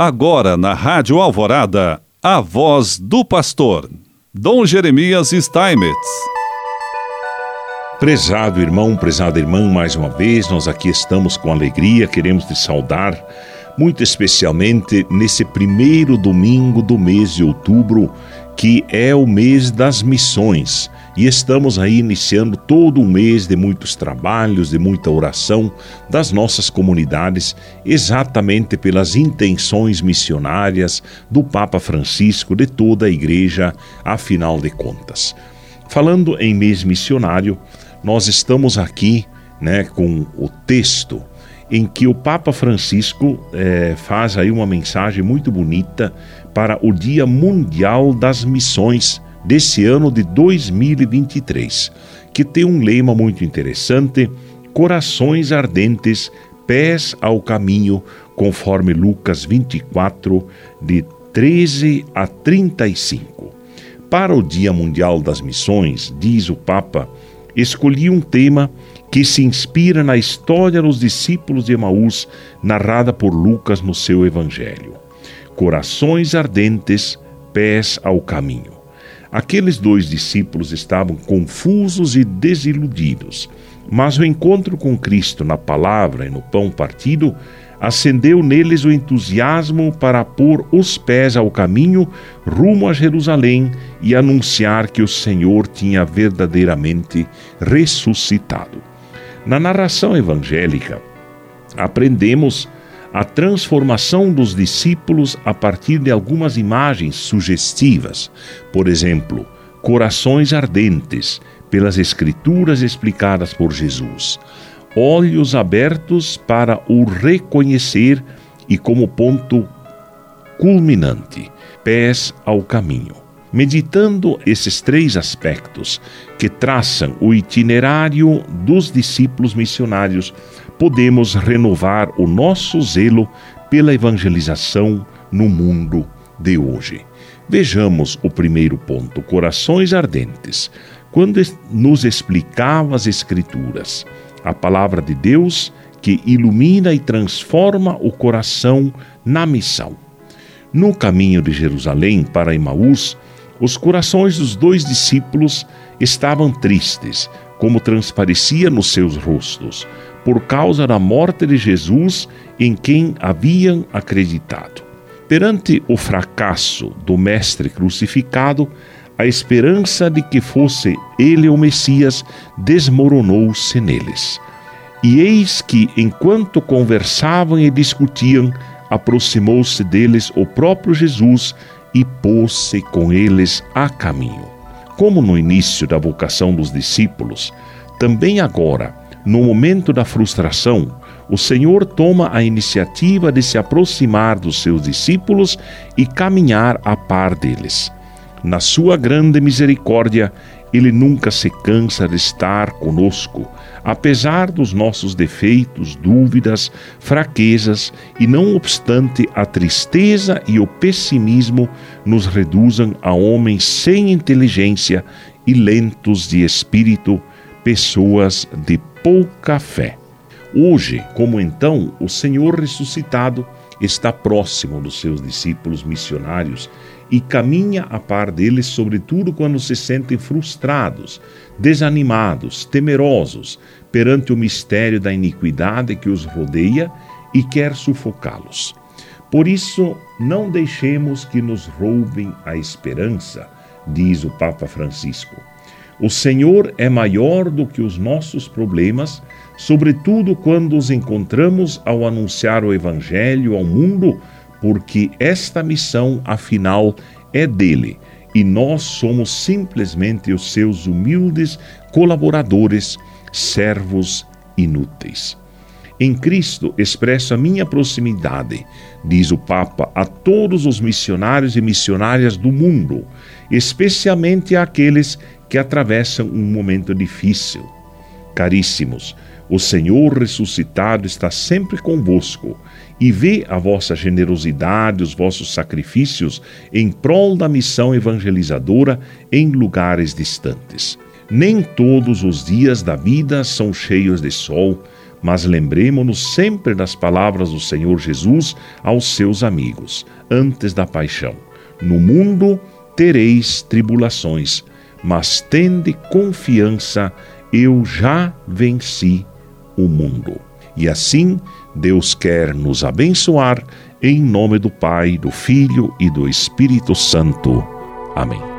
Agora na Rádio Alvorada, a voz do pastor, Dom Jeremias Steinmetz. Prezado irmão, prezada irmã, mais uma vez nós aqui estamos com alegria, queremos te saudar, muito especialmente nesse primeiro domingo do mês de outubro, que é o mês das missões. E estamos aí iniciando todo um mês de muitos trabalhos, de muita oração das nossas comunidades, exatamente pelas intenções missionárias do Papa Francisco, de toda a Igreja, afinal de contas. Falando em mês missionário, nós estamos aqui, com o texto em que o Papa Francisco faz aí uma mensagem muito bonita para o Dia Mundial das Missões desse ano de 2023, que tem um lema muito interessante: corações ardentes, pés ao caminho, conforme Lucas 24, de 13 a 35. Para o Dia Mundial das Missões, diz o Papa, escolhi um tema que se inspira na história dos discípulos de Emaús, narrada por Lucas no seu Evangelho. Corações ardentes, pés ao caminho. Aqueles dois discípulos estavam confusos e desiludidos, mas o encontro com Cristo na palavra e no pão partido acendeu neles o entusiasmo para pôr os pés ao caminho rumo a Jerusalém e anunciar que o Senhor tinha verdadeiramente ressuscitado. Na narração evangélica, aprendemos a transformação dos discípulos a partir de algumas imagens sugestivas. Por exemplo, corações ardentes, pelas Escrituras explicadas por Jesus. Olhos abertos para o reconhecer e, como ponto culminante, pés ao caminho. Meditando esses três aspectos que traçam o itinerário dos discípulos missionários, podemos renovar o nosso zelo pela evangelização no mundo de hoje. Vejamos o primeiro ponto, corações ardentes. Quando nos explicava as Escrituras, a palavra de Deus que ilumina e transforma o coração na missão. No caminho de Jerusalém para Emaús, os corações dos dois discípulos estavam tristes, como transparecia nos seus rostos, por causa da morte de Jesus em quem haviam acreditado. Perante o fracasso do Mestre crucificado, a esperança de que fosse ele o Messias desmoronou-se neles. E eis que, enquanto conversavam e discutiam, aproximou-se deles o próprio Jesus e pôs-se com eles a caminho. Como no início da vocação dos discípulos, também agora, no momento da frustração, o Senhor toma a iniciativa de se aproximar dos seus discípulos e caminhar a par deles. Na sua grande misericórdia, Ele nunca se cansa de estar conosco, apesar dos nossos defeitos, dúvidas, fraquezas, e não obstante a tristeza e o pessimismo nos reduzam a homens sem inteligência e lentos de espírito, pessoas de pouca fé. Hoje, como então, o Senhor ressuscitado está próximo dos seus discípulos missionários e caminha a par deles, sobretudo quando se sentem frustrados, desanimados, temerosos perante o mistério da iniquidade que os rodeia e quer sufocá-los. Por isso, não deixemos que nos roubem a esperança, diz o Papa Francisco. O Senhor é maior do que os nossos problemas, sobretudo quando os encontramos ao anunciar o Evangelho ao mundo, porque esta missão, afinal, é dele, e nós somos simplesmente os seus humildes colaboradores, servos inúteis. Em Cristo expresso a minha proximidade, diz o Papa, a todos os missionários e missionárias do mundo, especialmente àqueles que atravessam um momento difícil. Caríssimos, o Senhor ressuscitado está sempre convosco e vê a vossa generosidade, os vossos sacrifícios em prol da missão evangelizadora em lugares distantes. Nem todos os dias da vida são cheios de sol, mas lembremos-nos sempre das palavras do Senhor Jesus aos seus amigos, antes da paixão: no mundo tereis tribulações, mas tende confiança, eu já venci o mundo. E assim, Deus quer nos abençoar, em nome do Pai, do Filho e do Espírito Santo. Amém.